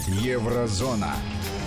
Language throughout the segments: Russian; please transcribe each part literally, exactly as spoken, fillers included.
Еврозона.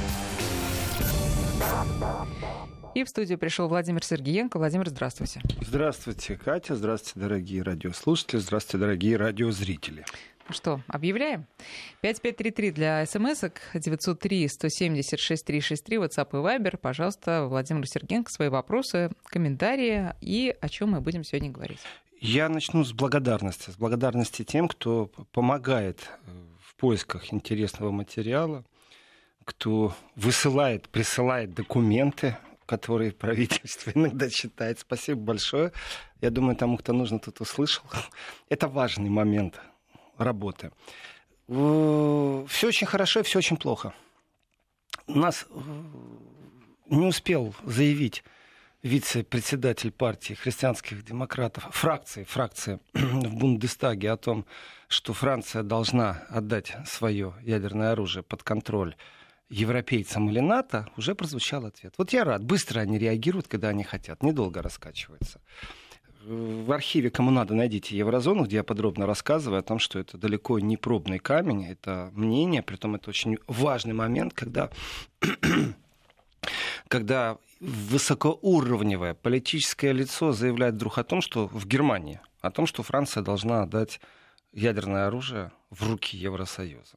И в студию пришел Владимир Сергеенко. Владимир, здравствуйте. Здравствуйте, Катя. Здравствуйте, дорогие радиослушатели. Здравствуйте, дорогие радиозрители. Ну что, объявляем? пять пять три три для смс-ок, девятьсот три сто семьдесят шесть триста шестьдесят три, WhatsApp и Viber. Пожалуйста, Владимир Сергеенко, свои вопросы, комментарии и о чем мы будем сегодня говорить. Я начну с благодарности. С благодарности тем, кто помогает в поисках интересного материала, кто высылает, присылает документы, которые правительство иногда читает. Спасибо большое. Я думаю, тому, кто нужно, тот услышал. Это важный момент работы. Все очень хорошо и все очень плохо. Нас не успел заявить вице-председатель партии христианских демократов, фракции, фракции в Бундестаге о том, что Франция должна отдать свое ядерное оружие под контроль европейцам или НАТО, уже прозвучал ответ. Вот я рад. Быстро они реагируют, когда они хотят. Недолго раскачиваются. В архиве «Кому надо» найдите Еврозону, где я подробно рассказываю о том, что это далеко не пробный камень, это мнение, притом это очень важный момент, когда, когда высокоуровневое политическое лицо заявляет вдруг о том, что в Германии, о том, что Франция должна отдать ядерное оружие в руки Евросоюза.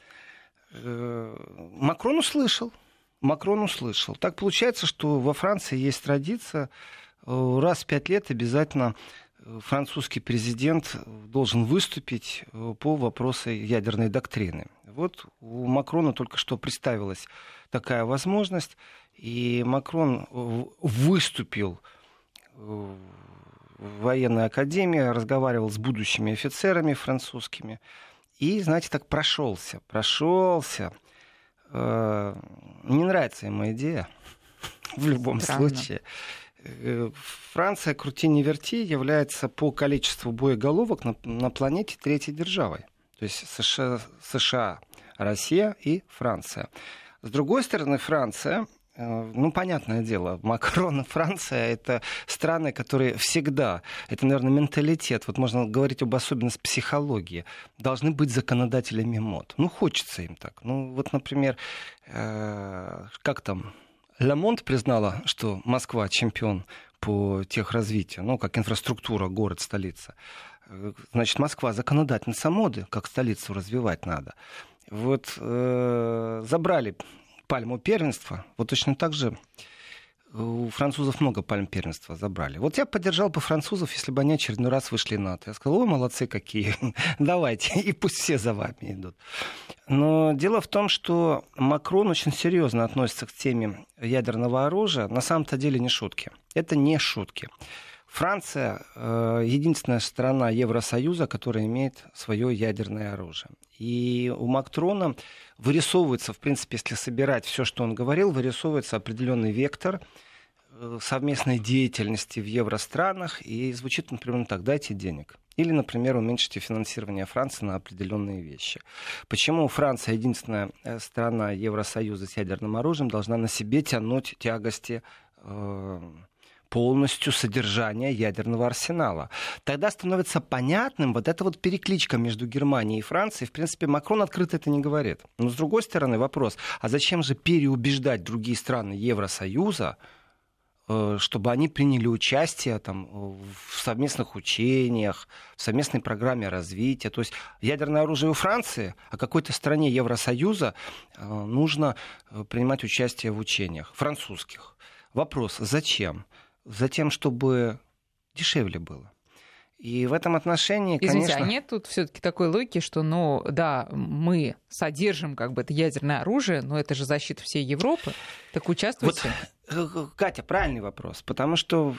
Макрон услышал. Макрон услышал. Так получается, что во Франции есть традиция, раз в пять лет обязательно французский президент должен выступить по вопросу ядерной доктрины. Вот у Макрона только что представилась такая возможность, и Макрон выступил в военной академии, разговаривал с будущими офицерами французскими, и, знаете, так прошелся, прошелся. Э, не нравится ему идея, в любом Странно. случае. Франция, крути не верти, является по количеству боеголовок на, на планете третьей державой. То есть США, США, Россия и Франция. С другой стороны, Франция... Ну, понятное дело, Макрон и Франция — это страны, которые всегда, это, наверное, менталитет, вот можно говорить об особенности психологии, должны быть законодателями мод. Ну, хочется им так. Ну, вот, например, э, как там, Ля Монт признала, что Москва чемпион по техразвитию, ну, как инфраструктура, город, столица. Значит, Москва законодательница моды, как столицу развивать надо. Вот э, забрали пальму первенства, вот точно так же у французов много пальм первенства забрали. Вот я поддержал бы французов, если бы они очередной раз вышли на НАТО. Я сказал, ой, молодцы какие, давайте, и пусть все за вами идут. Но дело в том, что Макрон очень серьезно относится к теме ядерного оружия. На самом-то деле не шутки. Это не шутки. Франция э, единственная страна Евросоюза, которая имеет свое ядерное оружие. И у Макрона вырисовывается, в принципе, если собирать все, что он говорил, вырисовывается определенный вектор э, совместной деятельности в евространах. И звучит, например, так: дайте денег. Или, например, уменьшите финансирование Франции на определенные вещи. Почему Франция, единственная страна Евросоюза с ядерным оружием, должна на себе тянуть тягости э, полностью содержание ядерного арсенала? Тогда становится понятным вот эта вот перекличка между Германией и Францией. В принципе, Макрон открыто это не говорит. Но, с другой стороны, вопрос, а зачем же переубеждать другие страны Евросоюза, чтобы они приняли участие там, в совместных учениях, в совместной программе развития? То есть ядерное оружие у Франции, а какой-то стране Евросоюза нужно принимать участие в учениях французских. Вопрос, зачем? Затем, чтобы дешевле было. И в этом отношении, Извините, конечно... а нет тут все-таки такой логики, что, ну, да, мы содержим как бы это ядерное оружие, но это же защита всей Европы, так участвуйте. Вот, Катя, правильный вопрос, потому что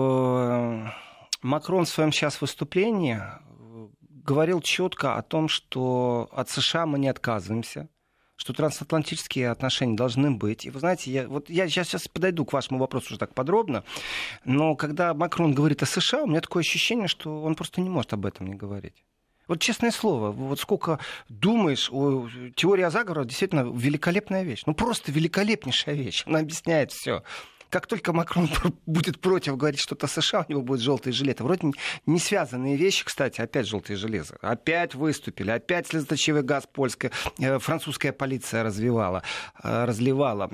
э, Макрон в своем сейчас выступлении говорил четко о том, что от США мы не отказываемся, что трансатлантические отношения должны быть. И вы знаете, я, вот я сейчас, сейчас подойду к вашему вопросу уже так подробно, но когда Макрон говорит о США, у меня такое ощущение, что он просто не может об этом не говорить. Вот честное слово, вот сколько думаешь, о, теория заговора действительно великолепная вещь. Ну просто великолепнейшая вещь. Она объясняет все. Как только Макрон будет против говорить что-то США, у него будет желтые жилеты. Вроде не связанные вещи, кстати, опять желтые железы. Опять выступили, опять слезоточивый газ польская, французская полиция развивала, разливала.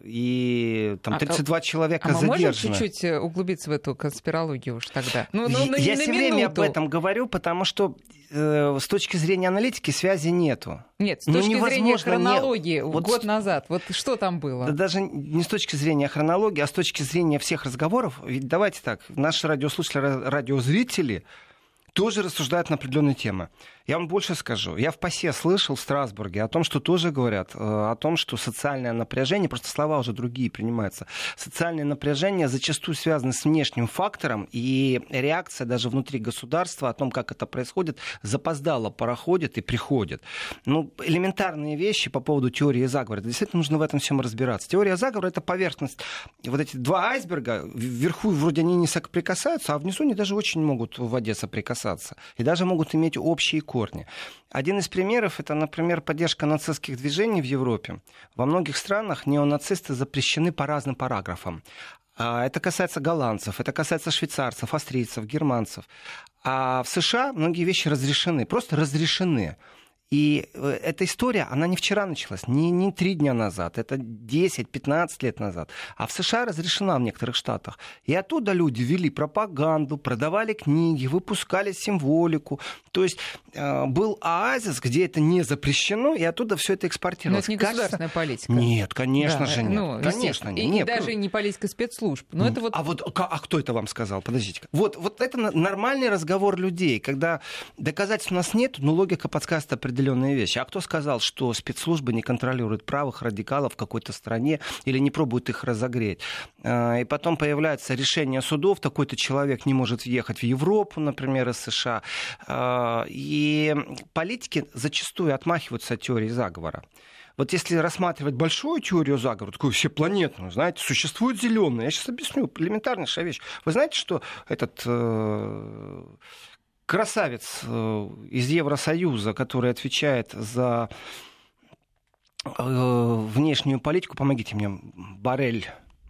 И там тридцать два а, человека а мы задержаны. можем чуть-чуть углубиться в эту конспирологию уж тогда? Ну, ну, ну, Я все время об этом говорю, потому что э, с точки зрения аналитики связи нету. Нет, с точки ну, зрения хронологии, не... вот год назад, вот что там было? Да даже не с точки зрения хронологии, а с точки зрения всех разговоров. Ведь давайте так, наши радиослушатели, радиозрители тоже рассуждают на определенные темы. Я вам больше скажу. Я в ПАСЕ слышал в Страсбурге о том, что тоже говорят, о том, что социальное напряжение, просто слова уже другие принимаются, социальное напряжение зачастую связано с внешним фактором, и реакция даже внутри государства о том, как это происходит, запоздало проходит и приходит. Ну, элементарные вещи по поводу теории заговора. Действительно нужно в этом всем разбираться. Теория заговора — это поверхность. Вот эти два айсберга, вверху вроде они не соприкасаются, а внизу они даже очень могут в воде соприкасаться. И даже могут иметь общие корни. Один из примеров — это, например, поддержка нацистских движений в Европе. Во многих странах неонацисты запрещены по разным параграфам. Это касается голландцев, это касается швейцарцев, австрийцев, германцев. А в США многие вещи разрешены, просто разрешены. И эта история, она не вчера началась, не, не три дня назад, это десять-пятнадцать лет назад. А в США разрешена в некоторых штатах. И оттуда люди вели пропаганду, продавали книги, выпускали символику. То есть э, был оазис, где это не запрещено, и оттуда все это экспортировалось. Но это не государственная политика. Нет, конечно да, же нет. Ну, конечно нет. И, нет. и даже не политика спецслужб. Но это вот... А, вот, а кто это вам сказал? Подождите. Вот, вот это нормальный разговор людей, когда доказательств у нас нет, но логика подсказывает определенные вещи. А кто сказал, что спецслужбы не контролируют правых радикалов в какой-то стране или не пробуют их разогреть? И потом появляется решение судов, такой-то человек не может въехать в Европу, например, из США. И политики зачастую отмахиваются от теории заговора. Вот если рассматривать большую теорию заговора, такую всепланетную, знаете, существует зеленая. Я сейчас объясню, элементарнейшая вещь. Вы знаете, что этот... красавец из Евросоюза, который отвечает за внешнюю политику, помогите мне, Боррель.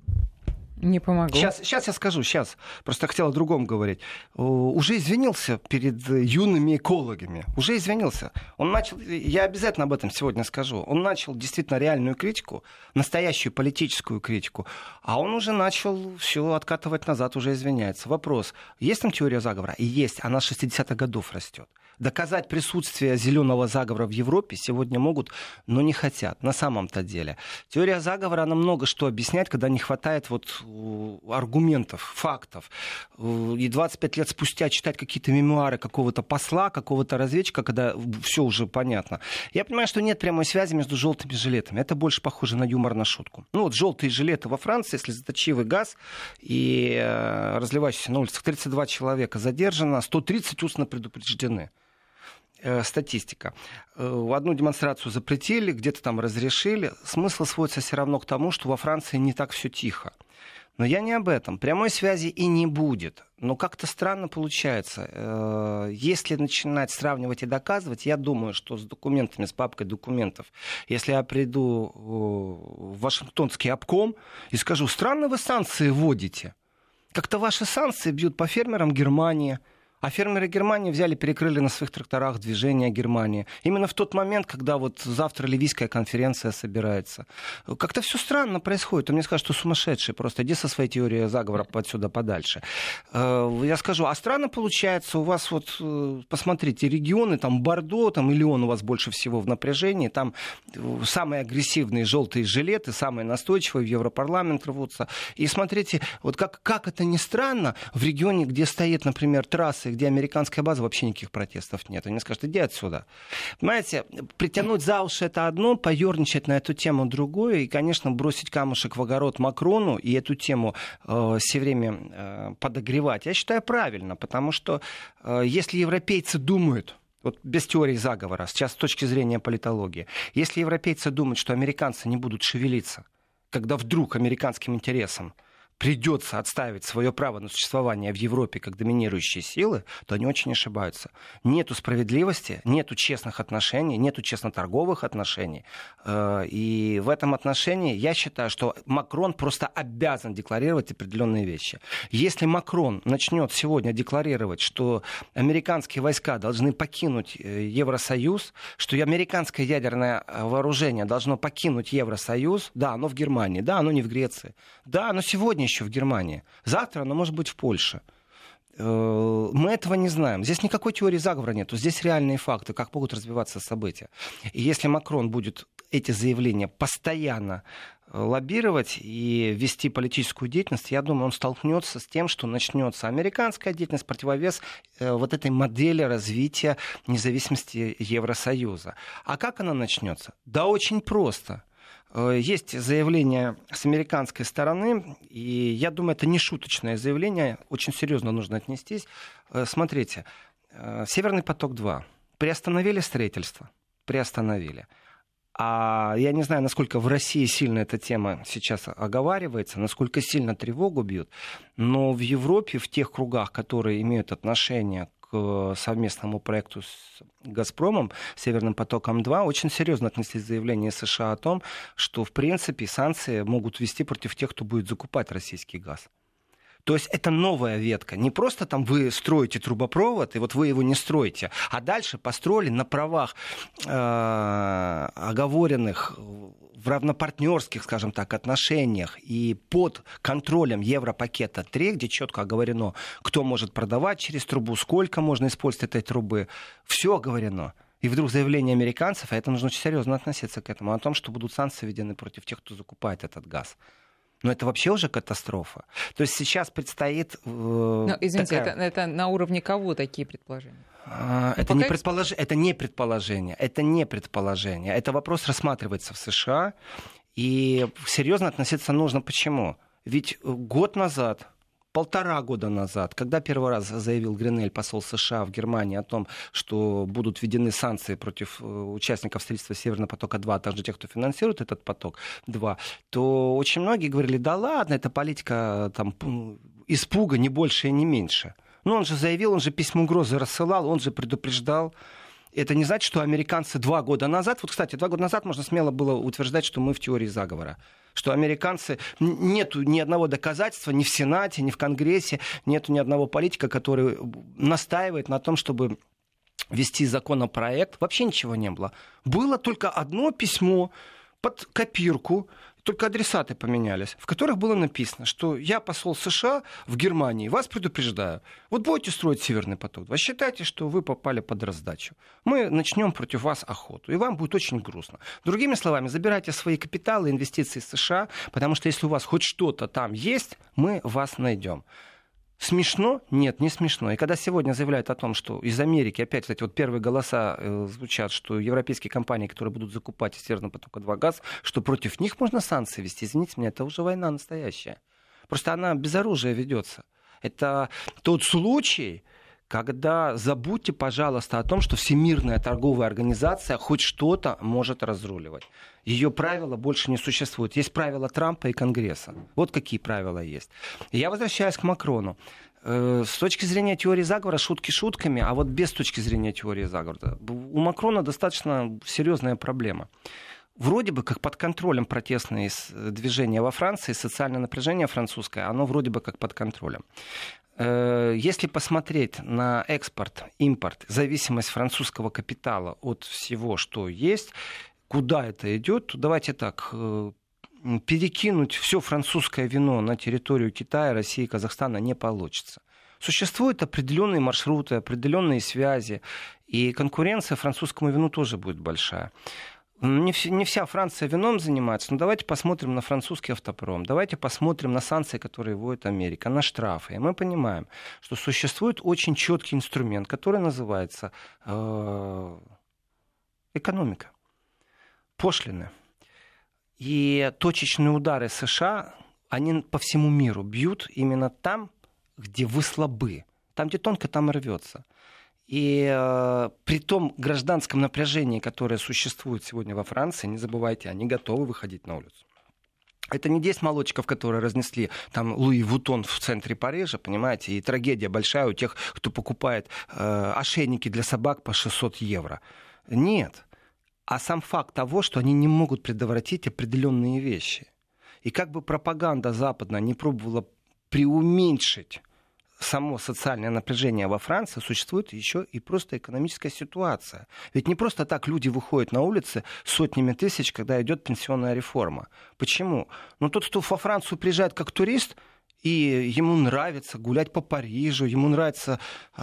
Не помогу. Сейчас, сейчас я скажу, сейчас. Просто хотел о другом говорить. Уже извинился перед юными экологами. Уже извинился. Он начал, я обязательно об этом сегодня скажу, он начал действительно реальную критику, настоящую политическую критику, а он уже начал все откатывать назад, уже извиняется. Вопрос, есть там теория заговора? И есть, она с шестидесятых годов растет. Доказать присутствие зеленого заговора в Европе сегодня могут, но не хотят. На самом-то деле. Теория заговора, она много что объясняет, когда не хватает вот аргументов, фактов. И двадцать пять лет спустя читать какие-то мемуары какого-то посла, какого-то разведчика, когда все уже понятно. Я понимаю, что нет прямой связи между желтыми жилетами. Это больше похоже на юмор, на шутку. Ну вот желтые жилеты во Франции, слезоточивый газ и э, разливающийся на улицах. тридцать два человека задержано, сто тридцать устно предупреждены. Статистика. Одну демонстрацию запретили, где-то там разрешили. Смысл сводится все равно к тому, что во Франции не так все тихо. Но я не об этом. Прямой связи и не будет. Но как-то странно получается. Если начинать сравнивать и доказывать, я думаю, что с документами, с папкой документов, если я приду в Вашингтонский обком и скажу, странно вы санкции вводите. Как-то ваши санкции бьют по фермерам Германии. А фермеры Германии взяли, перекрыли на своих тракторах движение Германии. Именно в тот момент, когда вот завтра Ливийская конференция собирается. Как-то все странно происходит. Он мне скажет, что сумасшедший просто. Иди со своей теорией заговора отсюда подальше. Я скажу, а странно получается, у вас вот, посмотрите, регионы, там Бордо, там миллион у вас больше всего в напряжении, там самые агрессивные желтые жилеты, самые настойчивые в Европарламент рвутся. И смотрите, вот как, как это ни странно, в регионе, где стоит, например, трасса, где американская база, вообще никаких протестов нет. Они скажут, иди отсюда. Понимаете, притянуть за уши это одно, поерничать на эту тему другое, и, конечно, бросить камушек в огород Макрону и эту тему э, все время э, подогревать, я считаю правильно, потому что э, если европейцы думают, вот без теории заговора, сейчас с точки зрения политологии, если европейцы думают, что американцы не будут шевелиться, когда вдруг американским интересам придется отстаивать свое право на существование в Европе как доминирующие силы, то они очень ошибаются. Нету справедливости, нету честных отношений, нету честно-торговых отношений. И в этом отношении я считаю, что Макрон просто обязан декларировать определенные вещи. Если Макрон начнет сегодня декларировать, что американские войска должны покинуть Евросоюз, что американское ядерное вооружение должно покинуть Евросоюз, да, оно в Германии, да, оно не в Греции, да, оно сегодня еще в Германии, завтра оно может быть в Польше. Мы этого не знаем. Здесь никакой теории заговора нету. Здесь реальные факты, как могут развиваться события. И если Макрон будет эти заявления постоянно лоббировать и вести политическую деятельность, я думаю, он столкнется с тем, что начнется американская деятельность, противовес вот этой модели развития независимости Евросоюза. А как она начнется? Да очень просто. Есть заявление с американской стороны, и я думаю, это не шуточное заявление, очень серьезно нужно отнестись. Смотрите, «Северный поток-два» приостановили строительство, приостановили. А я не знаю, насколько в России сильно эта тема сейчас оговаривается, насколько сильно тревогу бьют, но в Европе, в тех кругах, которые имеют отношение к совместному проекту с «Газпромом», «Северным потоком-два», очень серьезно отнеслись к заявлению США о том, что, в принципе, санкции могут ввести против тех, кто будет закупать российский газ. То есть это новая ветка. Не просто там вы строите трубопровод, и вот вы его не строите, а дальше построили на правах э, оговоренных в равнопартнерских, скажем так, отношениях и под контролем Европакета три, где четко оговорено, кто может продавать через трубу, сколько можно использовать этой трубы. Все оговорено. И вдруг заявление американцев, а это нужно очень серьезно относиться к этому, о том, что будут санкции введены против тех, кто закупает этот газ. Но это вообще уже катастрофа. То есть сейчас предстоит... Э, Но, извините, такая... это, это на уровне кого такие предположения? А, это, не предполож... это не предположение. Это не предположение. Это вопрос рассматривается в США. И серьезно относиться нужно. Почему? Ведь год назад... Полтора года назад, когда первый раз заявил Гринель, посол США в Германии, о том, что будут введены санкции против участников строительства «Северного потока-два», а также тех, кто финансирует этот поток-два, то очень многие говорили, да ладно, это политика там, испуга, не больше и не меньше. Но он же заявил, он же письмо угрозы рассылал, он же предупреждал. Это не значит, что американцы два года назад, вот, кстати, два года назад можно смело было утверждать, что мы в теории заговора. Что американцы, нету ни одного доказательства ни в Сенате, ни в Конгрессе, нету ни одного политика, который настаивает на том, чтобы ввести законопроект. Вообще ничего не было. Было только одно письмо под копирку, только адресаты поменялись, в которых было написано, что я посол США в Германии, вас предупреждаю, вот будете строить «Северный поток», вы считаете, что вы попали под раздачу. Мы начнем против вас охоту, и вам будет очень грустно. Другими словами, забирайте свои капиталы, инвестиции из США, потому что если у вас хоть что-то там есть, мы вас найдем. Смешно? Нет, не смешно. И когда сегодня заявляют о том, что из Америки, опять, кстати, вот первые голоса э, звучат, что европейские компании, которые будут закупать из «Северного потока-два» газ, что против них можно санкции вести. Извините меня, это уже война настоящая. Просто она без оружия ведется. Это тот случай, когда забудьте, пожалуйста, о том, что Всемирная торговая организация хоть что-то может разруливать. Ее правила больше не существуют. Есть правила Трампа и Конгресса. Вот какие правила есть. И я возвращаюсь к Макрону. С точки зрения теории заговора, шутки шутками, а вот без точки зрения теории заговора, у Макрона достаточно серьезная проблема. Вроде бы как под контролем протестные движения во Франции, социальное напряжение французское, оно вроде бы как под контролем. Если посмотреть на экспорт, импорт, зависимость французского капитала от всего, что есть, куда это идет, то давайте так, перекинуть все французское вино на территорию Китая, России, Казахстана не получится. Существуют определенные маршруты, определенные связи, и конкуренция французскому вину тоже будет большая. Не, в, не вся Франция вином занимается, но давайте посмотрим на французский автопром, давайте посмотрим на санкции, которые вводит Америка, на штрафы. И мы понимаем, что существует очень четкий инструмент, который называется э, экономика, пошлины. И точечные удары США, они по всему миру бьют именно там, где вы слабы, там, где тонко, там и рвется. И э, при том гражданском напряжении, которое существует сегодня во Франции, не забывайте, они готовы выходить на улицу. Это не десять молодчиков, которые разнесли там Луи Вутон в центре Парижа, понимаете, и трагедия большая у тех, кто покупает э, ошейники для собак по шестьсот евро. Нет. А сам факт того, что они не могут предотвратить определенные вещи. И как бы пропаганда западная не пробовала преуменьшить само социальное напряжение во Франции, существует еще и просто экономическая ситуация. Ведь не просто так люди выходят на улицы сотнями тысяч, когда идет пенсионная реформа. Почему? Ну, тот, кто во Францию приезжает как турист, и ему нравится гулять по Парижу, ему нравится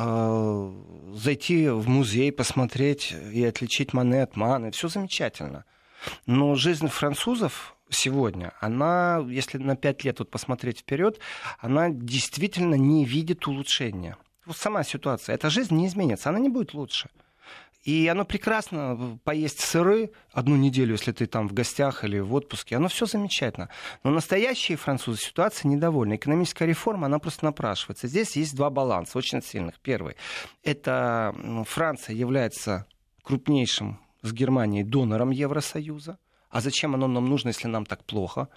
э, зайти в музей, посмотреть и отличить Мане от Мане. Все замечательно. Но жизнь французов сегодня, она, если на пять лет вот посмотреть вперед, она действительно не видит улучшения. Вот сама ситуация. Эта жизнь не изменится, она не будет лучше. И оно прекрасно поесть сыры одну неделю, если ты там в гостях или в отпуске. Оно все замечательно. Но настоящие французы ситуацией недовольны. Экономическая реформа, она просто напрашивается. Здесь есть два баланса очень сильных. Первый. Это Франция является крупнейшим с Германией донором Евросоюза. А зачем оно нам нужно, если нам так плохо?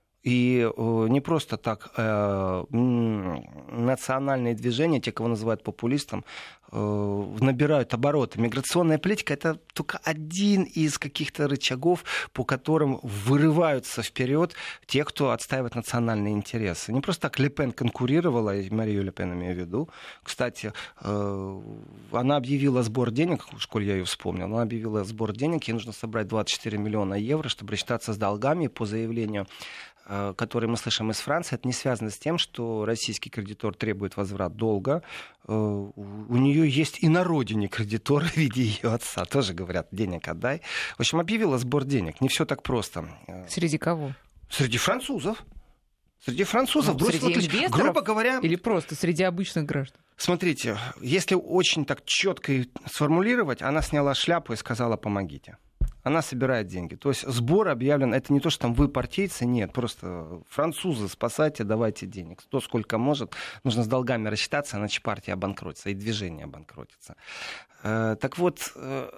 И э, не просто так э, национальные движения, те, кого называют популистом, э, набирают обороты. Миграционная политика — это только один из каких-то рычагов, по которым вырываются вперед те, кто отстаивает национальные интересы. Не просто так Ле Пен конкурировала, и Марию Ле Пен имею в виду. Кстати, э, она объявила сбор денег, в школе я ее вспомнил, она объявила сбор денег, ей нужно собрать двадцать четыре миллиона евро, чтобы рассчитаться с долгами по заявлению, которые мы слышим из Франции, это не связано с тем, что российский кредитор требует возврат долга. У нее есть и на родине кредитор в виде ее отца. Тоже говорят, денег отдай. В общем, объявила сбор денег. Не все так просто. Среди кого? Среди французов. Среди французов. Ну, среди инвесторов? Грубо говоря... Или просто среди обычных граждан? Смотрите, если очень так четко сформулировать, она сняла шляпу и сказала: помогите. Она собирает деньги. То есть сбор объявлен, это не то, что там вы партийцы, нет, просто французы, спасайте, давайте денег. Кто сколько может, нужно с долгами рассчитаться, иначе партия обанкротится, и движение обанкротится. Так вот,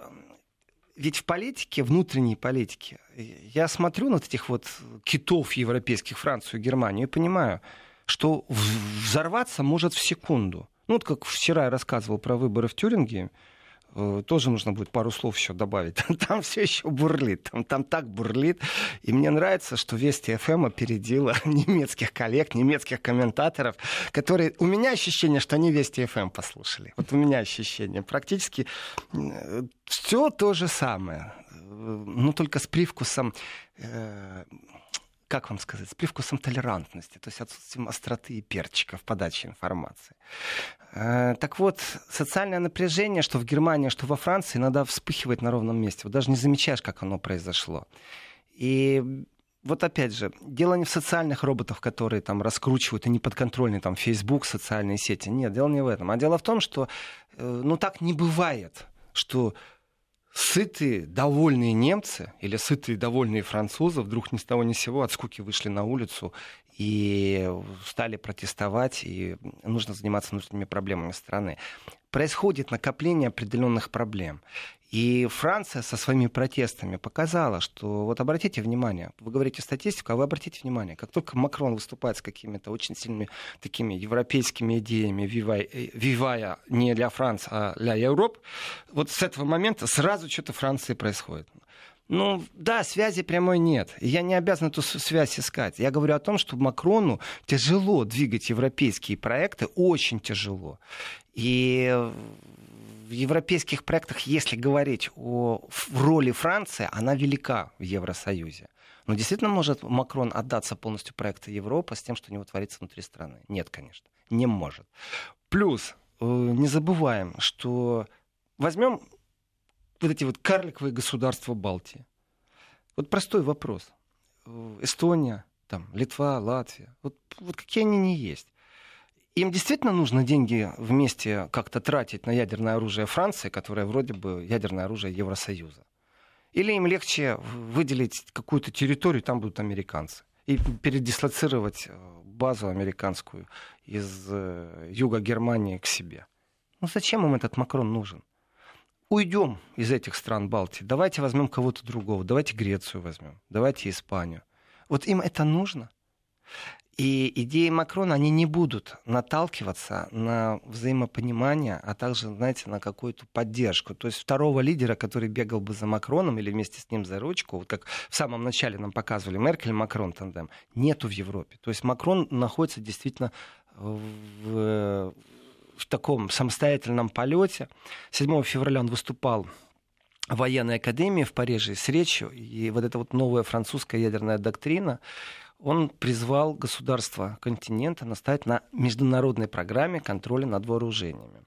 ведь в политике, внутренней политике, я смотрю на этих вот китов европейских, Францию, Германию, и понимаю, что взорваться может в секунду. Ну, вот как вчера я рассказывал про выборы в Тюрингии, тоже нужно будет пару слов еще добавить. Там все еще бурлит. Там, там так бурлит. И мне нравится, что Вести эф эм опередила немецких коллег, немецких комментаторов, которые... У меня ощущение, что они Вести эф эм послушали. Вот у меня ощущение. Практически все то же самое. Но только с привкусом... Э- как вам сказать, с привкусом толерантности, то есть отсутствием остроты и перчика в подаче информации. Э, так вот, социальное напряжение, что в Германии, что во Франции, иногда вспыхивает на ровном месте. Вот даже не замечаешь, как оно произошло. И вот опять же, дело не в социальных роботах, которые там раскручивают и неподконтрольные там Facebook, социальные сети. Нет, дело не в этом. А дело в том, что э, ну так не бывает, что... Сытые, довольные немцы или сытые, довольные французы вдруг ни с того ни с сего от скуки вышли на улицу и стали протестовать, и нужно заниматься внутренними проблемами страны. Происходит накопление определенных проблем. И Франция со своими протестами показала, что, вот обратите внимание, вы говорите статистику, а вы обратите внимание, как только Макрон выступает с какими-то очень сильными такими европейскими идеями, вивая, вивая не для Франции, а для Европы, вот с этого момента сразу что-то в Франции происходит. Ну, да, связи прямой нет. Я не обязан эту связь искать. Я говорю о том, что Макрону тяжело двигать европейские проекты, очень тяжело. И в европейских проектах, если говорить о роли Франции, она велика в Евросоюзе. Но действительно может Макрон отдаться полностью проекту Европы с тем, что у него творится внутри страны? Нет, конечно, не может. Плюс, не забываем, что возьмем вот эти вот карликовые государства Балтии. Вот простой вопрос. Эстония, там, Литва, Латвия. Вот, вот какие они ни есть. Им действительно нужно деньги вместе как-то тратить на ядерное оружие Франции, которое вроде бы ядерное оружие Евросоюза? Или им легче выделить какую-то территорию, там будут американцы, и передислоцировать базу американскую из юга Германии к себе? Ну зачем им этот Макрон нужен? Уйдем из этих стран Балтии. Давайте возьмем кого-то другого. Давайте Грецию возьмем. Давайте Испанию. Вот им это нужно. И идеи Макрона, они не будут наталкиваться на взаимопонимание, а также, знаете, на какую-то поддержку. То есть второго лидера, который бегал бы за Макроном или вместе с ним за ручку, вот как в самом начале нам показывали Меркель, Макрон тандем, нету в Европе. То есть Макрон находится действительно в, в таком самостоятельном полете. седьмого февраля он выступал в военной академии в Париже с речью, и вот эта вот новая французская ядерная доктрина, он призвал государства континента настаивать на международной программе контроля над вооружениями.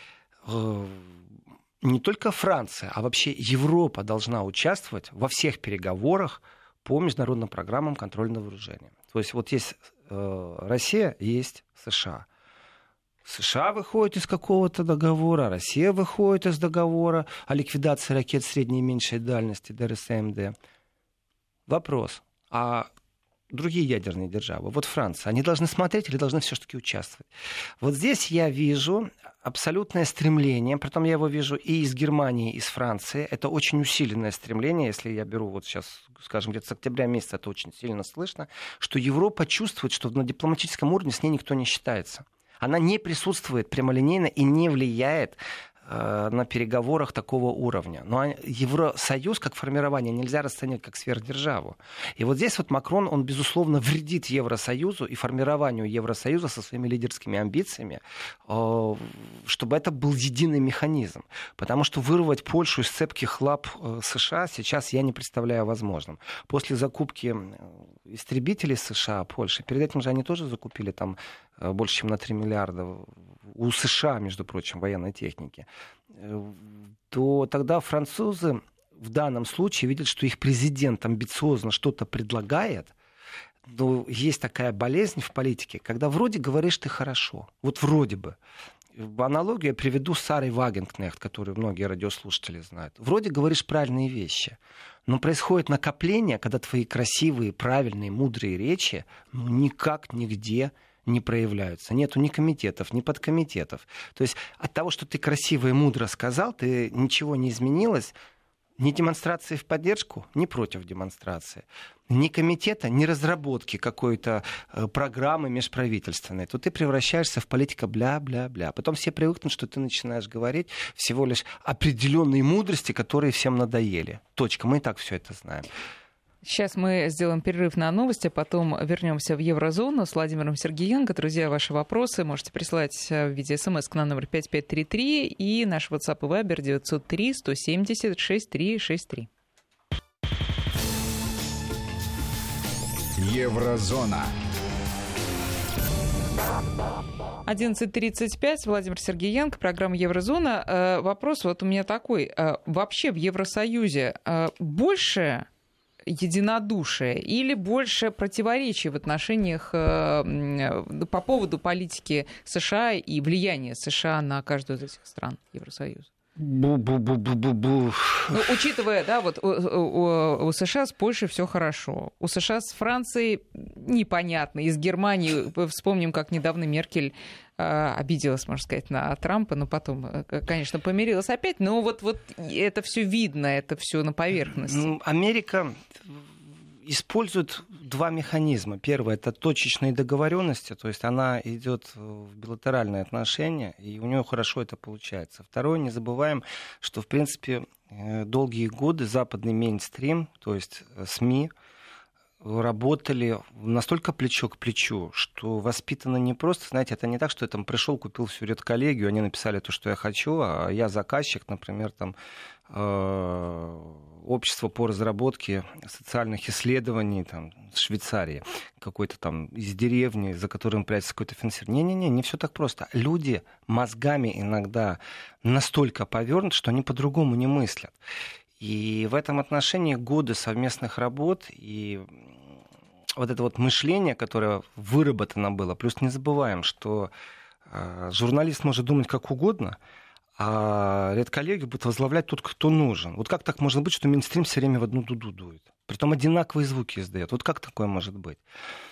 Не только Франция, а вообще Европа должна участвовать во всех переговорах по международным программам контроля над вооружениями. То есть вот есть Россия, есть США. США выходит из какого-то договора, Россия выходит из договора о ликвидации ракет средней и меньшей дальности, дэ эр эс эм дэ. Вопрос, а другие ядерные державы, вот Франция, они должны смотреть или должны все-таки участвовать? Вот здесь я вижу абсолютное стремление, притом я его вижу и из Германии, и из Франции. Это очень усиленное стремление, если я беру вот сейчас, скажем, где-то с октября месяца, это очень сильно слышно, что Европа чувствует, что на дипломатическом уровне с ней никто не считается. Она не присутствует прямолинейно и не влияет на переговорах такого уровня. Но Евросоюз как формирование нельзя расценивать как сверхдержаву. И вот здесь вот Макрон, он, безусловно, вредит Евросоюзу и формированию Евросоюза со своими лидерскими амбициями, чтобы это был единый механизм. Потому что вырвать Польшу из цепких лап США сейчас я не представляю возможным. После закупки истребителей США, Польши, перед этим же они тоже закупили там больше, чем на три миллиарда у США, между прочим, военной техники, то тогда французы в данном случае видят, что их президент амбициозно что-то предлагает. Но есть такая болезнь в политике, когда вроде говоришь ты хорошо, вот вроде бы. В аналогию я приведу с Сарой Вагенкнехт, которую многие радиослушатели знают. Вроде говоришь правильные вещи, но происходит накопление, когда твои красивые, правильные, мудрые речи ну, никак нигде не проявляются. Нету ни комитетов, ни подкомитетов. То есть от того, что ты красиво и мудро сказал, ты ничего не изменилось. Ни демонстрации в поддержку, ни против демонстрации. Ни комитета, ни разработки какой-то э, программы межправительственной. То ты превращаешься в политика бля-бля-бля. Потом все привыкнут, что ты начинаешь говорить всего лишь определенные мудрости, которые всем надоели. Точка. Мы и так все это знаем. Сейчас мы сделаем перерыв на новости, потом вернемся в Еврозону с Владимиром Сергеенко. Друзья, ваши вопросы можете присылать в виде смс на номер пять пять три три и наш WhatsApp и Viber девятьсот три сто семьдесят шестьдесят три шестьдесят три. Еврозона. одиннадцать тридцать пять, Владимир Сергеенко, программа «Еврозона». Вопрос вот у меня такой. Вообще в Евросоюзе больше единодушие или больше противоречий в отношениях по поводу политики США и влияния США на каждую из этих стран Евросоюза? Бу-бу-бу-бу-бу-бу. Ну, учитывая, да, вот у, у, у США с Польшей все хорошо, у США с Францией непонятно, из Германии, вспомним, как недавно Меркель э, обиделась, можно сказать, на Трампа, но потом, конечно, помирилась опять, но вот, вот это все видно, это все на поверхности. Америка использует два механизма. Первый — это точечные договоренности, то есть она идет в билатеральные отношения, и у нее хорошо это получается. Второе, не забываем, что, в принципе, долгие годы западный мейнстрим, то есть СМИ, работали настолько плечо к плечу, что воспитано не просто, знаете, это не так, что я там пришел, купил всю редколлегию, они написали то, что я хочу, а я заказчик, например, там, э, общество по разработке социальных исследований там, в Швейцарии, какой-то там из деревни, за которым прячется какой-то финансирование. Не-не-не, не все так просто. Люди мозгами иногда настолько повернуты, что они по-другому не мыслят. И в этом отношении годы совместных работ и вот это вот мышление, которое выработано было, плюс не забываем, что э, журналист может думать как угодно, а редколлегию будет возглавлять тот, кто нужен. Вот как так может быть, что Минстрим все время в одну дуду дует? Притом одинаковые звуки издает. Вот как такое может быть?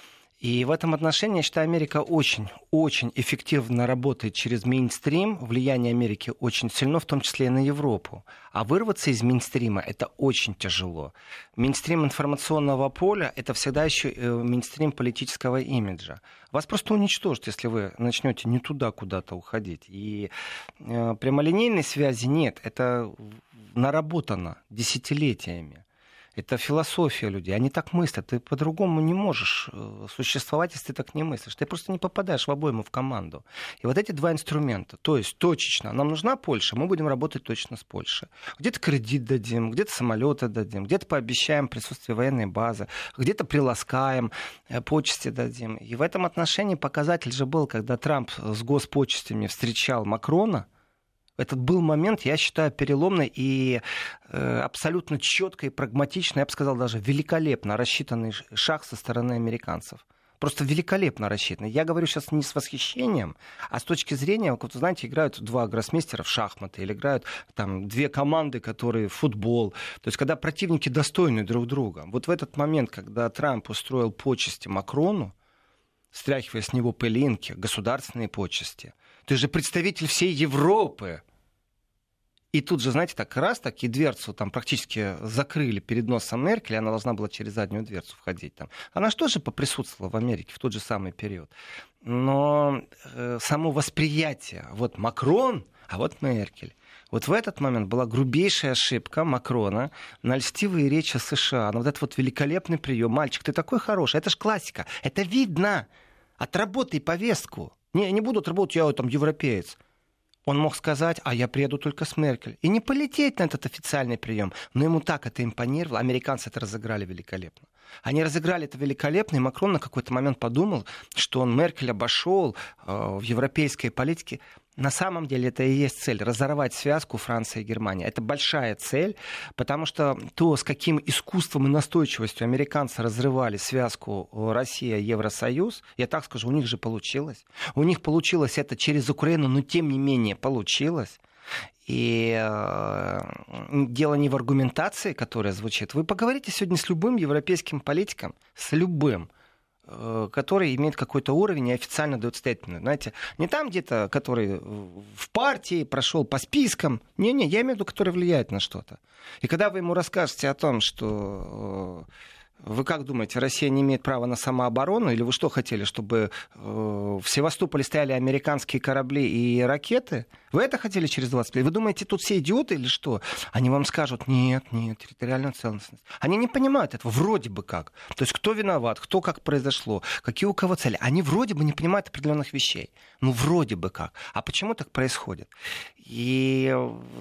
И в этом отношении, я считаю, Америка очень-очень эффективно работает через мейнстрим. Влияние Америки очень сильно, в том числе и на Европу. А вырваться из мейнстрима — это очень тяжело. Мейнстрим информационного поля — это всегда еще мейнстрим политического имиджа. Вас просто уничтожат, если вы начнете не туда куда-то уходить. И э, прямолинейной связи нет. Это наработано десятилетиями. Это философия людей. Они так мыслят. Ты по-другому не можешь существовать, если ты так не мыслишь. Ты просто не попадаешь в обойму, в команду. И вот эти два инструмента, то есть точечно, нам нужна Польша, мы будем работать точно с Польшей. Где-то кредит дадим, где-то самолеты дадим, где-то пообещаем присутствие военной базы, где-то приласкаем, почести дадим. И в этом отношении показатель же был, когда Трамп с госпочестями встречал Макрона. Этот был момент, я считаю, переломный и э, абсолютно четко и прагматично, я бы сказал, даже великолепно рассчитанный шаг со стороны американцев. Просто великолепно рассчитанный. Я говорю сейчас не с восхищением, а с точки зрения, вот, знаете, играют два гроссмейстера в шахматы или играют там две команды, которые в футбол. То есть когда противники достойны друг друга. Вот в этот момент, когда Трамп устроил почести Макрону, стряхивая с него пылинки, государственные почести, ты же представитель всей Европы. И тут же, знаете, так раз, так и дверцу там практически закрыли перед носом Меркель, она должна была через заднюю дверцу входить там. Она же тоже поприсутствовала в Америке в тот же самый период. Но э, само восприятие, вот Макрон, а вот Меркель. Вот в этот момент была грубейшая ошибка Макрона на льстивые речи США, на вот этот вот великолепный прием. Мальчик, ты такой хороший, это ж классика, это видно. Отработай повестку. Не, не буду отработать, я там европеец. Он мог сказать, а я приеду только с Меркель. И не полететь на этот официальный прием. Но ему так это импонировало. Американцы это разыграли великолепно. Они разыграли это великолепно, и Макрон на какой-то момент подумал, что он Меркель обошел э, в европейской политике. На самом деле это и есть цель — разорвать связку Франции и Германии. Это большая цель, потому что то, с каким искусством и настойчивостью американцы разрывали связку Россия-Евросоюз, я так скажу, у них же получилось. У них получилось это через Украину, но тем не менее получилось. И э, дело не в аргументации, которая звучит. Вы поговорите сегодня с любым европейским политиком, с любым, который имеет какой-то уровень и официально дает стейтмент. Знаете, не там где-то, который в партии прошел по спискам. Не-не, я имею в виду, который влияет на что-то. И когда вы ему расскажете о том, что... Вы как думаете, Россия не имеет права на самооборону? Или вы что хотели, чтобы э, в Севастополе стояли американские корабли и ракеты? Вы это хотели через двадцать лет? Вы думаете, тут все идиоты или что? Они вам скажут, нет, нет, территориальная целостность. Они не понимают этого, вроде бы как. То есть кто виноват, кто как произошло, какие у кого цели. Они вроде бы не понимают определенных вещей. Ну, вроде бы как. А почему так происходит? И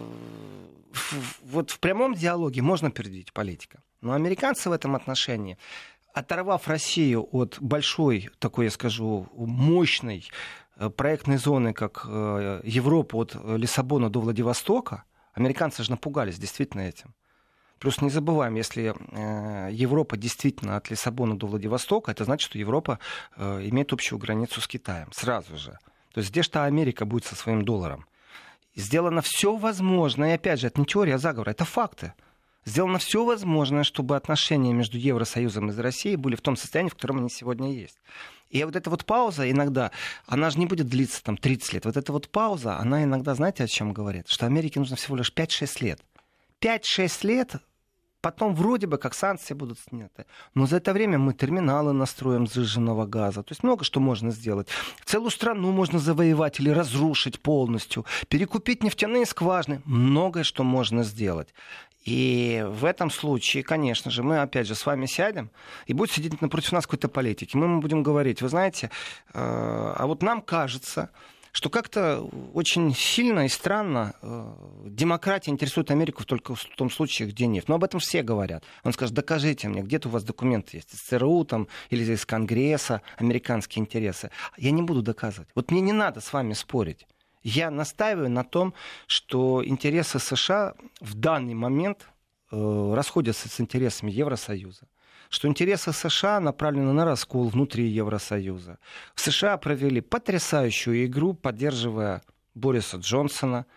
вот в прямом диалоге можно переубедить политика. Но американцы в этом отношении, оторвав Россию от большой, такой, я скажу, мощной проектной зоны, как Европа от Лиссабона до Владивостока, американцы же напугались действительно этим. Плюс не забываем, если Европа действительно от Лиссабона до Владивостока, это значит, что Европа имеет общую границу с Китаем сразу же. То есть где же Америка будет со своим долларом? Сделано все возможное, и опять же, это не теория заговора, это факты. Сделано все возможное, чтобы отношения между Евросоюзом и Россией были в том состоянии, в котором они сегодня есть. И вот эта вот пауза иногда, она же не будет длиться там тридцать лет. Вот эта вот пауза, она иногда, знаете, о чем говорит? Что Америке нужно всего лишь пять-шесть лет. пять-шесть лет, потом вроде бы как санкции будут сняты. Но за это время мы терминалы настроим сжиженного газа. То есть много что можно сделать. Целую страну можно завоевать или разрушить полностью. Перекупить нефтяные скважины. Многое что можно сделать. И в этом случае, конечно же, мы опять же с вами сядем, и будет сидеть напротив нас какой-то политики. Мы ему будем говорить, вы знаете, э, а вот нам кажется, что как-то очень сильно и странно э, демократия интересует Америку только в том случае, где нефть. Но об этом все говорят. Он скажет, докажите мне, где-то у вас документы есть, из ЦРУ там, или из Конгресса, американские интересы. Я не буду доказывать. Вот мне не надо с вами спорить. Я настаиваю на том, что интересы США в данный момент э, расходятся с интересами Евросоюза. Что интересы США направлены на раскол внутри Евросоюза. В США провели потрясающую игру, поддерживая Бориса Джонсона.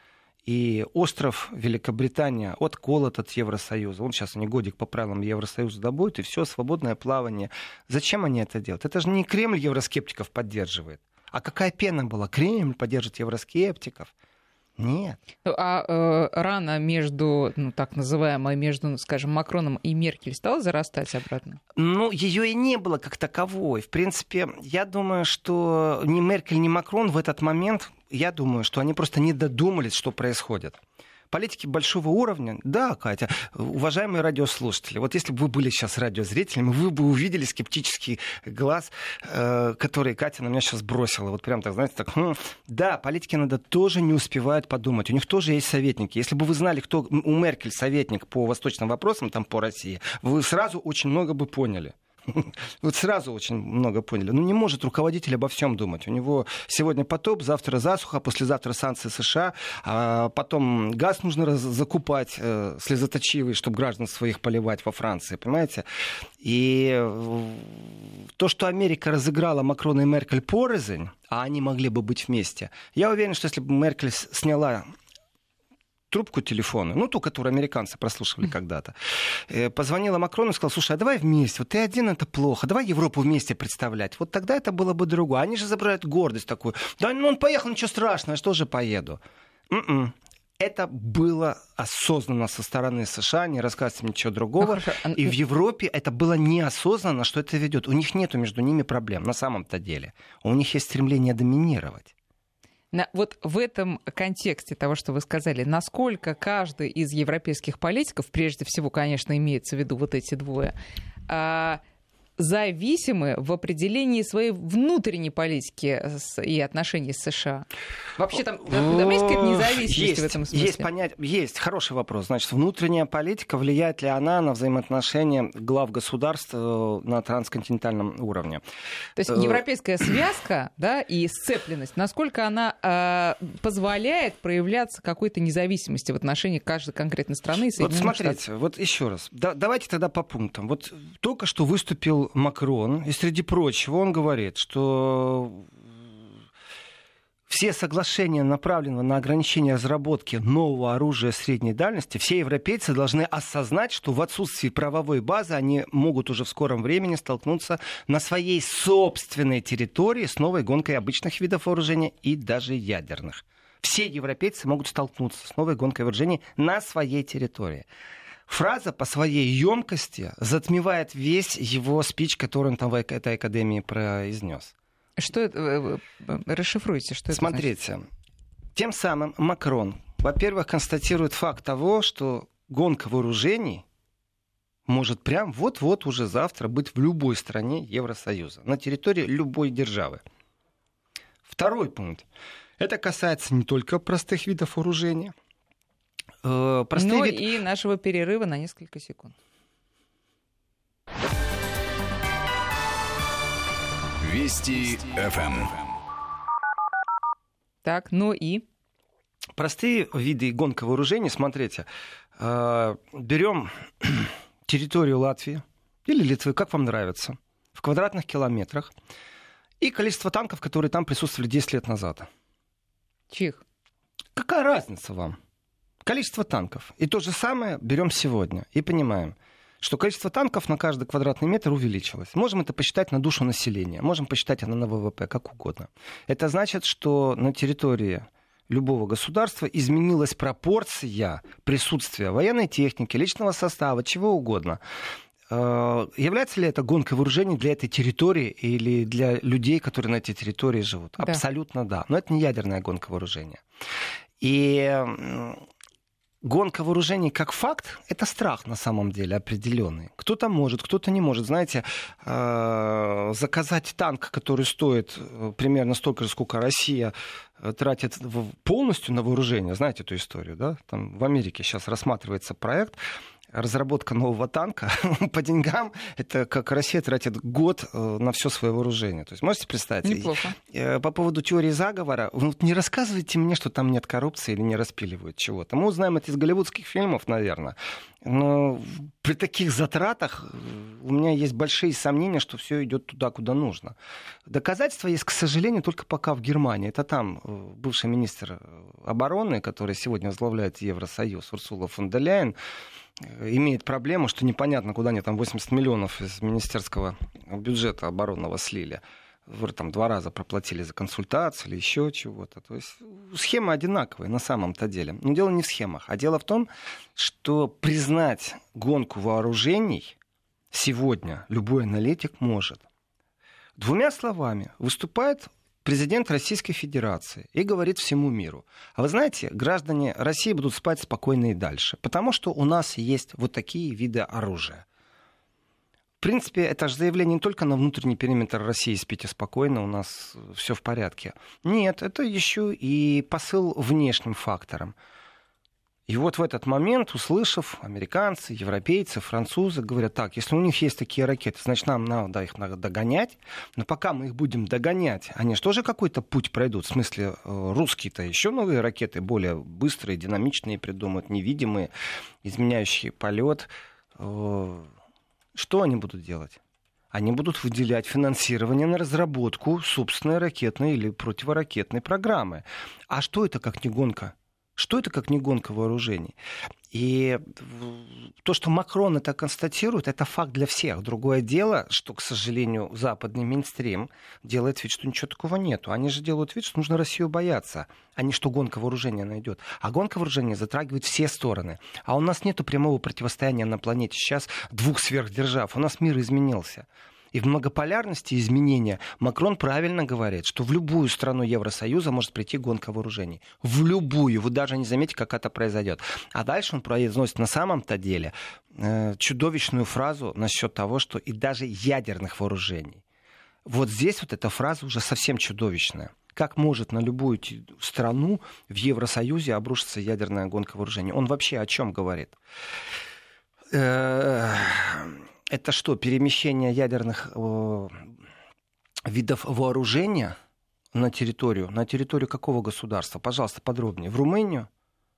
и остров Великобритания отколот от Евросоюза. Он сейчас они годик по правилам Евросоюза добудет, и все, свободное плавание. Зачем они это делают? Это же не Кремль евроскептиков поддерживает. А какая пена была? Кремль поддержит евроскептиков? Нет. А э, рана между, ну, так называемая, между, скажем, Макроном и Меркель стала зарастать обратно? Ну, ее и не было как таковой. В принципе, я думаю, что ни Меркель, ни Макрон в этот момент, я думаю, что они просто не додумались, что происходит. Политики большого уровня, да, Катя, уважаемые радиослушатели, вот если бы вы были сейчас радиозрителями, вы бы увидели скептический глаз, э, который Катя на меня сейчас бросила. Вот прям так, знаете, так, хм. Да, политики иногда тоже не успевают подумать. У них тоже есть советники. Если бы вы знали, кто у Меркель советник по восточным вопросам, там, по России, вы сразу очень много бы поняли. Вот сразу очень много поняли. Ну, не может руководитель обо всем думать. У него сегодня потоп, завтра засуха, послезавтра санкции США, а потом газ нужно раз- закупать э, слезоточивый, чтобы граждан своих поливать во Франции, понимаете? И э, то, что Америка разыграла Макрона и Меркель порознь, а они могли бы быть вместе, я уверен, что если бы Меркель сняла трубку телефона, ну, ту, которую американцы прослушивали когда-то, позвонила Макрону и сказала: слушай, а давай вместе, вот ты один, это плохо, давай Европу вместе представлять. Вот тогда это было бы другое. Они же изображают гордость такую. Да, ну он поехал, ничего страшного, я что же поеду? М-м. Это было осознанно со стороны США, не рассказывайте ничего другого. Ну, и в Европе это было неосознанно, что это ведет. У них нету между ними проблем, на самом-то деле. У них есть стремление доминировать. На, вот в этом контексте того, что вы сказали, насколько каждый из европейских политиков, прежде всего, конечно, имеется в виду вот эти двое, а, зависимы в определении своей внутренней политики и отношений с США? Вообще там, там есть какая-то независимость есть, в этом смысле? Есть, понять, есть хороший вопрос. Значит, внутренняя политика, влияет ли она на взаимоотношения глав государств на трансконтинентальном уровне? То есть европейская связка, да, и сцепленность, насколько она э, позволяет проявляться какой-то независимости в отношении каждой конкретной страны и Соединенных Вот смотрите, Штатов? вот еще раз. Да, давайте тогда по пунктам. Вот только что выступил Макрон, и среди прочего он говорит, что все соглашения, направленные на ограничение разработки нового оружия средней дальности, все европейцы должны осознать, что в отсутствии правовой базы они могут уже в скором времени столкнуться на своей собственной территории с новой гонкой обычных видов вооружения и даже ядерных. Все европейцы могут столкнуться с новой гонкой вооружений на своей территории. Фраза по своей емкости затмевает весь его спич, который он там в этой академии произнес. Что это? Расшифруйте, что это Смотрите, значит? Тем самым Макрон, во-первых, констатирует факт того, что гонка вооружений может прям вот-вот уже завтра быть в любой стране Евросоюза, на территории любой державы. Второй пункт. Это касается не только простых видов вооружения, Простые Но вид... и нашего перерыва на несколько секунд. Вести эф эм. Так, ну и? Простые виды гонка вооружений, смотрите, берем территорию Латвии или Литвы, как вам нравится, в квадратных километрах, и количество танков, которые там присутствовали десять лет назад. Чьих? Какая разница вам? Количество танков. И то же самое берем сегодня и понимаем, что количество танков на каждый квадратный метр увеличилось. Можем это посчитать на душу населения, можем посчитать это на вэ вэ пэ, как угодно. Это значит, что на территории любого государства изменилась пропорция присутствия военной техники, личного состава, чего угодно. Является ли это гонкой вооружений для этой территории или для людей, которые на этой территории живут? Да. Абсолютно да. Но это не ядерная гонка вооружения. И гонка вооружений как факт — это страх на самом деле определенный. Кто-то может, кто-то не может. Знаете, заказать танк, который стоит примерно столько же, сколько Россия тратит полностью на вооружение. Знаете эту историю, да? Там в Америке сейчас рассматривается проект разработка нового танка по деньгам, это как Россия тратит год на все свое вооружение. То есть можете представить? Неплохо. По поводу теории заговора, вот не рассказывайте мне, что там нет коррупции или не распиливают чего-то. Мы узнаем это из голливудских фильмов, наверное. Но при таких затратах у меня есть большие сомнения, что все идет туда, куда нужно. Доказательства есть, к сожалению, только пока в Германии. Это там бывший министр обороны, который сегодня возглавляет Евросоюз, Урсула фон дер Ляйен, имеет проблему, что непонятно, куда они там восемьдесят миллионов из министерского бюджета оборонного слили. Там два раза проплатили за консультации или еще чего-то. То есть схемы одинаковые на самом-то деле. Но дело не в схемах, а дело в том, что признать гонку вооружений сегодня любой аналитик может. Двумя словами выступает президент Российской Федерации и говорит всему миру: а вы знаете, граждане России будут спать спокойно и дальше, потому что у нас есть вот такие виды оружия. В принципе, это же заявление не только на внутренний периметр России: спите спокойно, у нас все в порядке. Нет, это еще и посыл внешним факторам. И вот в этот момент, услышав, американцы, европейцы, французы говорят: так, если у них есть такие ракеты, значит, нам надо их надо догонять. Но пока мы их будем догонять, они же тоже какой-то путь пройдут. В смысле, русские-то еще новые ракеты, более быстрые, динамичные придумают, невидимые, изменяющие полет. Что они будут делать? Они будут выделять финансирование на разработку собственной ракетной или противоракетной программы. А что это как не гонка? Что это как не гонка вооружений? И то, что Макрон это констатирует, это факт для всех. Другое дело, что, к сожалению, западный мейнстрим делает вид, что ничего такого нету. Они же делают вид, что нужно Россию бояться, а не что гонка вооружения найдет. А гонка вооружения затрагивает все стороны. А у нас нету прямого противостояния на планете сейчас двух сверхдержав. У нас мир изменился. И в многополярности изменения Макрон правильно говорит, что в любую страну Евросоюза может прийти гонка вооружений. В любую. Вы даже не заметите, как это произойдет. А дальше он произносит на самом-то деле э, чудовищную фразу насчет того, что и даже ядерных вооружений. Вот здесь вот эта фраза уже совсем чудовищная. Как может на любую страну в Евросоюзе обрушиться ядерная гонка вооружений? Он вообще о чем говорит? Это что, перемещение ядерных э, видов вооружения на территорию? На территорию какого государства? Пожалуйста, подробнее. В Румынию?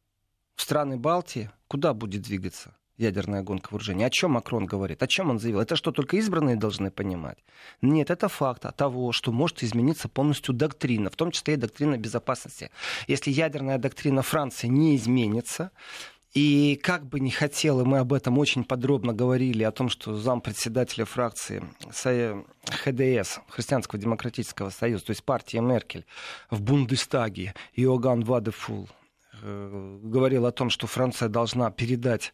В страны Балтии? Куда будет двигаться ядерная гонка вооружений? О чем Макрон говорит? О чем он заявил? Это что, только избранные должны понимать? Нет, это факт того, что может измениться полностью доктрина, в том числе и доктрина безопасности. Если ядерная доктрина Франции не изменится, и как бы ни хотел, и мы об этом очень подробно говорили, о том, что зампредседателя фракции ха дэ эс, Христианского демократического союза, то есть партия Меркель в Бундестаге, Иоганн Вадефул, э, говорил о том, что Франция должна передать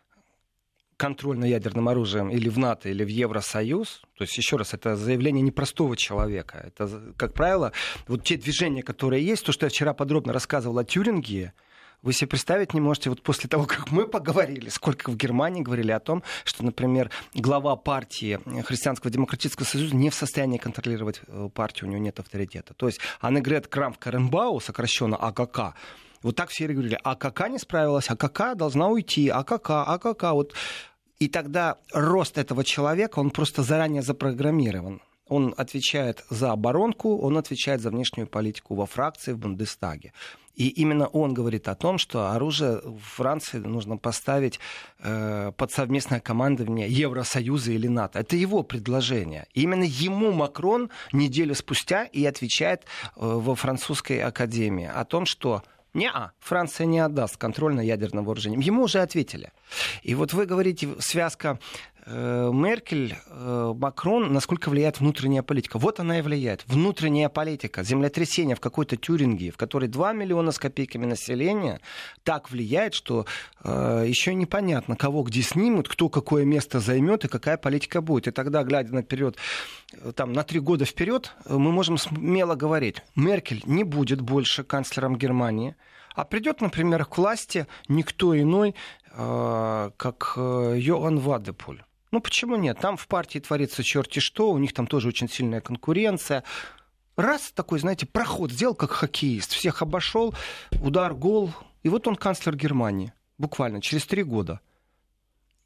контроль над ядерным оружием или в НАТО, или в Евросоюз. То есть, еще раз, это заявление непростого человека. Это, как правило, вот те движения, которые есть, то, что я вчера подробно рассказывал о Тюрингии, вы себе представить не можете, вот после того, как мы поговорили, сколько в Германии говорили о том, что, например, глава партии Христианского демократического союза не в состоянии контролировать партию, у него нет авторитета. То есть Аннегрет Крамф-Карренбау, сокращенно а ка ка, вот так все говорили: а ка ка не справилась, а ка ка должна уйти, а ка ка, а ка ка. Вот. И тогда рост этого человека, он просто заранее запрограммирован. Он отвечает за оборонку, он отвечает за внешнюю политику во фракции в Бундестаге. И именно он говорит о том, что оружие в Франции нужно поставить э, под совместное командование Евросоюза или НАТО. Это его предложение. И именно ему Макрон неделю спустя и отвечает э, во французской академии о том, что не-а, Франция не отдаст контроль над ядерным вооружением. Ему уже ответили. И вот вы говорите, связка э, Меркель, э, Макрон, насколько влияет внутренняя политика. Вот она и влияет. Внутренняя политика, землетрясение в какой-то Тюрингии, в которой два миллиона с копейками населения, так влияет, что э, еще непонятно, кого где снимут, кто какое место займет и какая политика будет. И тогда, глядя наперед, там, на три года вперед, мы можем смело говорить: Меркель не будет больше канцлером Германии, а придет, например, к власти никто иной, э, как э, Йоганн Вадепуль. Ну, почему нет? Там в партии творится черти что, у них там тоже очень сильная конкуренция. Раз такой, знаете, проход сделал, как хоккеист, всех обошел, удар, гол, и вот он канцлер Германии, буквально через три года.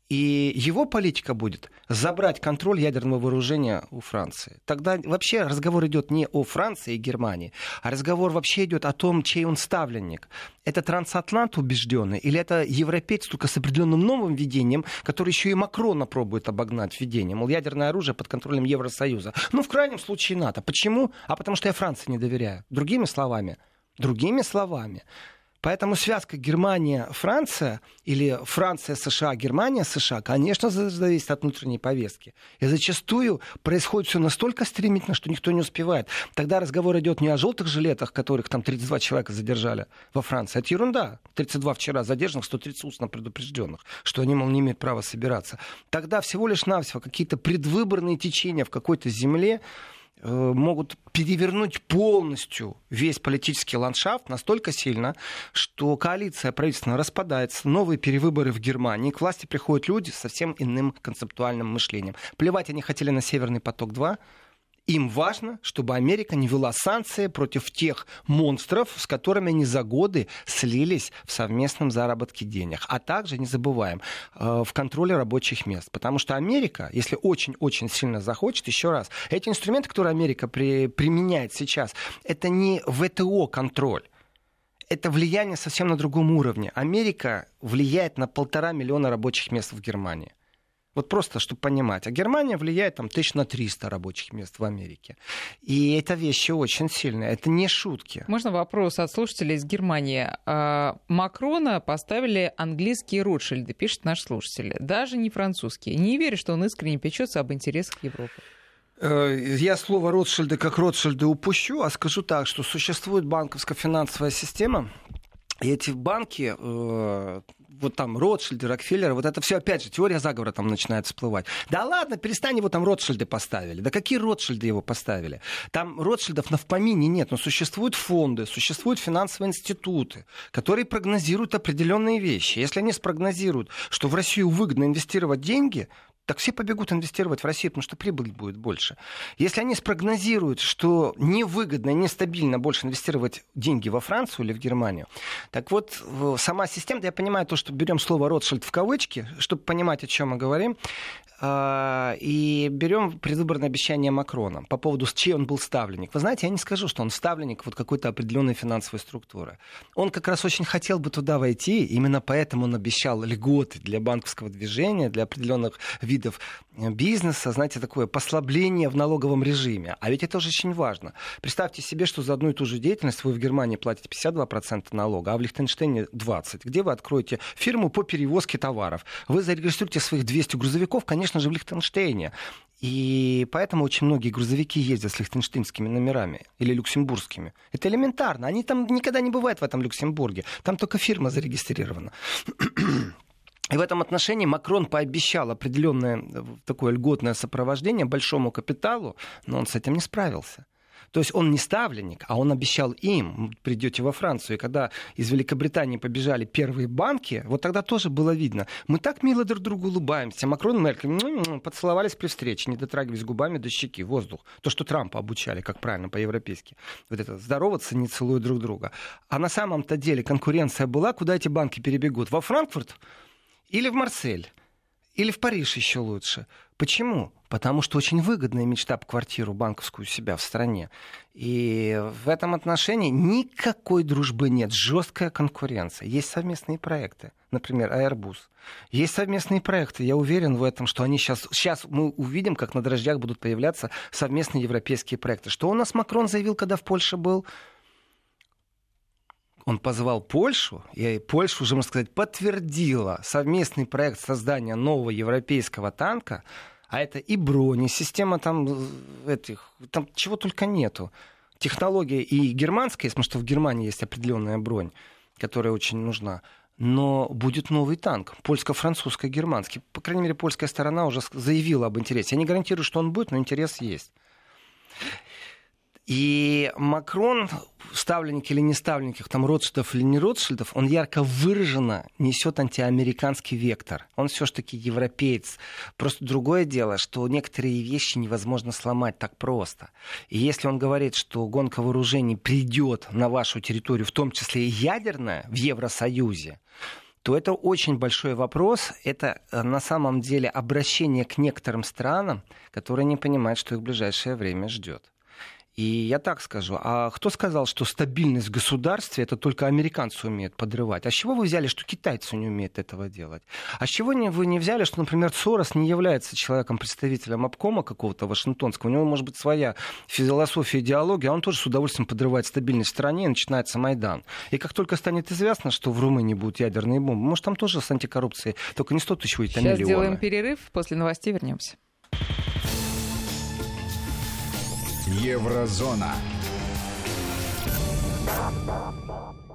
И его политика будет забрать контроль ядерного вооружения у Франции. Тогда вообще разговор идет не о Франции и Германии, а разговор вообще идет о том, чей он ставленник. Это трансатлант убежденный или это европеец только с определенным новым видением, который еще и Макрона пробует обогнать видением. Мол, ядерное оружие под контролем Евросоюза. Ну, в крайнем случае НАТО. Почему? А потому что я Франции не доверяю. Другими словами. Другими словами. Поэтому связка Германия-Франция или Франция-США, Германия-США, конечно, зависит от внутренней повестки. И зачастую происходит все настолько стремительно, что никто не успевает. Тогда разговор идет не о желтых жилетах, которых там тридцать два человека задержали во Франции. Это ерунда. тридцать два вчера задержанных, сто тридцать устно предупрежденных, что они, мол, не имеют права собираться. Тогда всего лишь навсего какие-то предвыборные течения в какой-то земле могут перевернуть полностью весь политический ландшафт настолько сильно, что коалиция правительственная распадается, новые перевыборы в Германии, к власти приходят люди с совсем иным концептуальным мышлением. Плевать они хотели на Северный поток-два. Им важно, чтобы Америка не ввела санкции против тех монстров, с которыми они за годы слились в совместном заработке денег. А также, не забываем, в контроле рабочих мест. Потому что Америка, если очень-очень сильно захочет, еще раз, эти инструменты, которые Америка при, применяет сейчас, это не ВТО-контроль. Это влияние совсем на другом уровне. Америка влияет на полтора миллиона рабочих мест в Германии. Вот просто, чтобы понимать. А Германия влияет там тысяч на триста рабочих мест в Америке. И это вещи очень сильные. Это не шутки. Можно вопрос от слушателей из Германии? Макрона поставили английские Ротшильды, пишет наш слушатель. Даже не французские. Не верю, что он искренне печется об интересах Европы. Я слово Ротшильды как Ротшильды упущу, а скажу так, что существует банковская финансовая система, и эти банки, э, вот там Ротшильды, Рокфеллеры, вот это все, опять же, теория заговора там начинает всплывать. Да ладно, перестань, его там Ротшильды поставили. Да какие Ротшильды его поставили? Там Ротшильдов на в помине нет, но существуют фонды, существуют финансовые институты, которые прогнозируют определенные вещи. Если они спрогнозируют, что в Россию выгодно инвестировать деньги, так все побегут инвестировать в Россию, потому что прибыль будет больше. Если они спрогнозируют, что невыгодно и нестабильно больше инвестировать деньги во Францию или в Германию, так вот, сама система, да я понимаю то, что берем слово «Ротшильд» в кавычки, чтобы понимать, о чем мы говорим, и берем предвыборное обещание Макрона по поводу, с чьей он был ставленник. Вы знаете, я не скажу, что он ставленник вот какой-то определенной финансовой структуры. Он как раз очень хотел бы туда войти, именно поэтому он обещал льготы для банковского движения, для определенных видов бизнеса, знаете, такое послабление в налоговом режиме. А ведь это тоже очень важно. Представьте себе, что за одну и ту же деятельность вы в Германии платите пятьдесят два процента налога, а в Лихтенштейне двадцать процентов. Где вы откроете фирму по перевозке товаров? Вы зарегистрируете своих двести грузовиков, конечно, Конечно же, в Лихтенштейне. И поэтому очень многие грузовики ездят с лихтенштейнскими номерами или люксембургскими. Это элементарно. Они там никогда не бывают в этом Люксембурге. Там только фирма зарегистрирована. И в этом отношении Макрон пообещал определенное такое льготное сопровождение большому капиталу, но он с этим не справился. То есть он не ставленник, а он обещал им, придете во Францию, и когда из Великобритании побежали первые банки, вот тогда тоже было видно, мы так мило друг другу улыбаемся, Макрон и Меркель поцеловались при встрече, не дотрагиваясь губами до щеки, воздух. То, что Трампа обучали, как правильно по-европейски. Вот это здороваться, не целуя друг друга. А на самом-то деле конкуренция была, куда эти банки перебегут? Во Франкфурт или в Марсель? Или в Париж еще лучше. Почему? Потому что очень выгодно иметь штаб-квартиру банковскую у себя в стране. И в этом отношении никакой дружбы нет. Жесткая конкуренция. Есть совместные проекты. Например, Airbus. Есть совместные проекты. Я уверен в этом, что они сейчас... Сейчас мы увидим, как на дрожжах будут появляться совместные европейские проекты. Что у нас Макрон заявил, когда в Польше был? Он позвал Польшу, и Польша уже, можно сказать, подтвердила совместный проект создания нового европейского танка, а это и брони, система там этих, там чего только нету. Технология и германская, потому что в Германии есть определенная бронь, которая очень нужна, но будет новый танк, польско-французско-германский. По крайней мере, польская сторона уже заявила об интересе. Я не гарантирую, что он будет, но интерес есть. И Макрон, ставленник или не ставленник, там Ротшильдов или не Ротшильдов, он ярко выраженно несет антиамериканский вектор. Он все-таки европеец. Просто другое дело, что некоторые вещи невозможно сломать так просто. И если он говорит, что гонка вооружений придет на вашу территорию, в том числе и ядерная, в Евросоюзе, то это очень большой вопрос. Это на самом деле обращение к некоторым странам, которые не понимают, что их в ближайшее время ждет. И я так скажу, а кто сказал, что стабильность в государстве это только американцы умеют подрывать? А с чего вы взяли, что китайцы не умеют этого делать? А с чего вы не взяли, что, например, Сорос не является человеком-представителем обкома какого-то вашингтонского? У него может быть своя философия, идеология, а он тоже с удовольствием подрывает стабильность в стране, и начинается Майдан. И как только станет известно, что в Румынии будут ядерные бомбы, может, там тоже с антикоррупцией, только не сто тысяч выйдет, а миллионы. Сейчас сделаем перерыв, после новостей вернемся. Еврозона.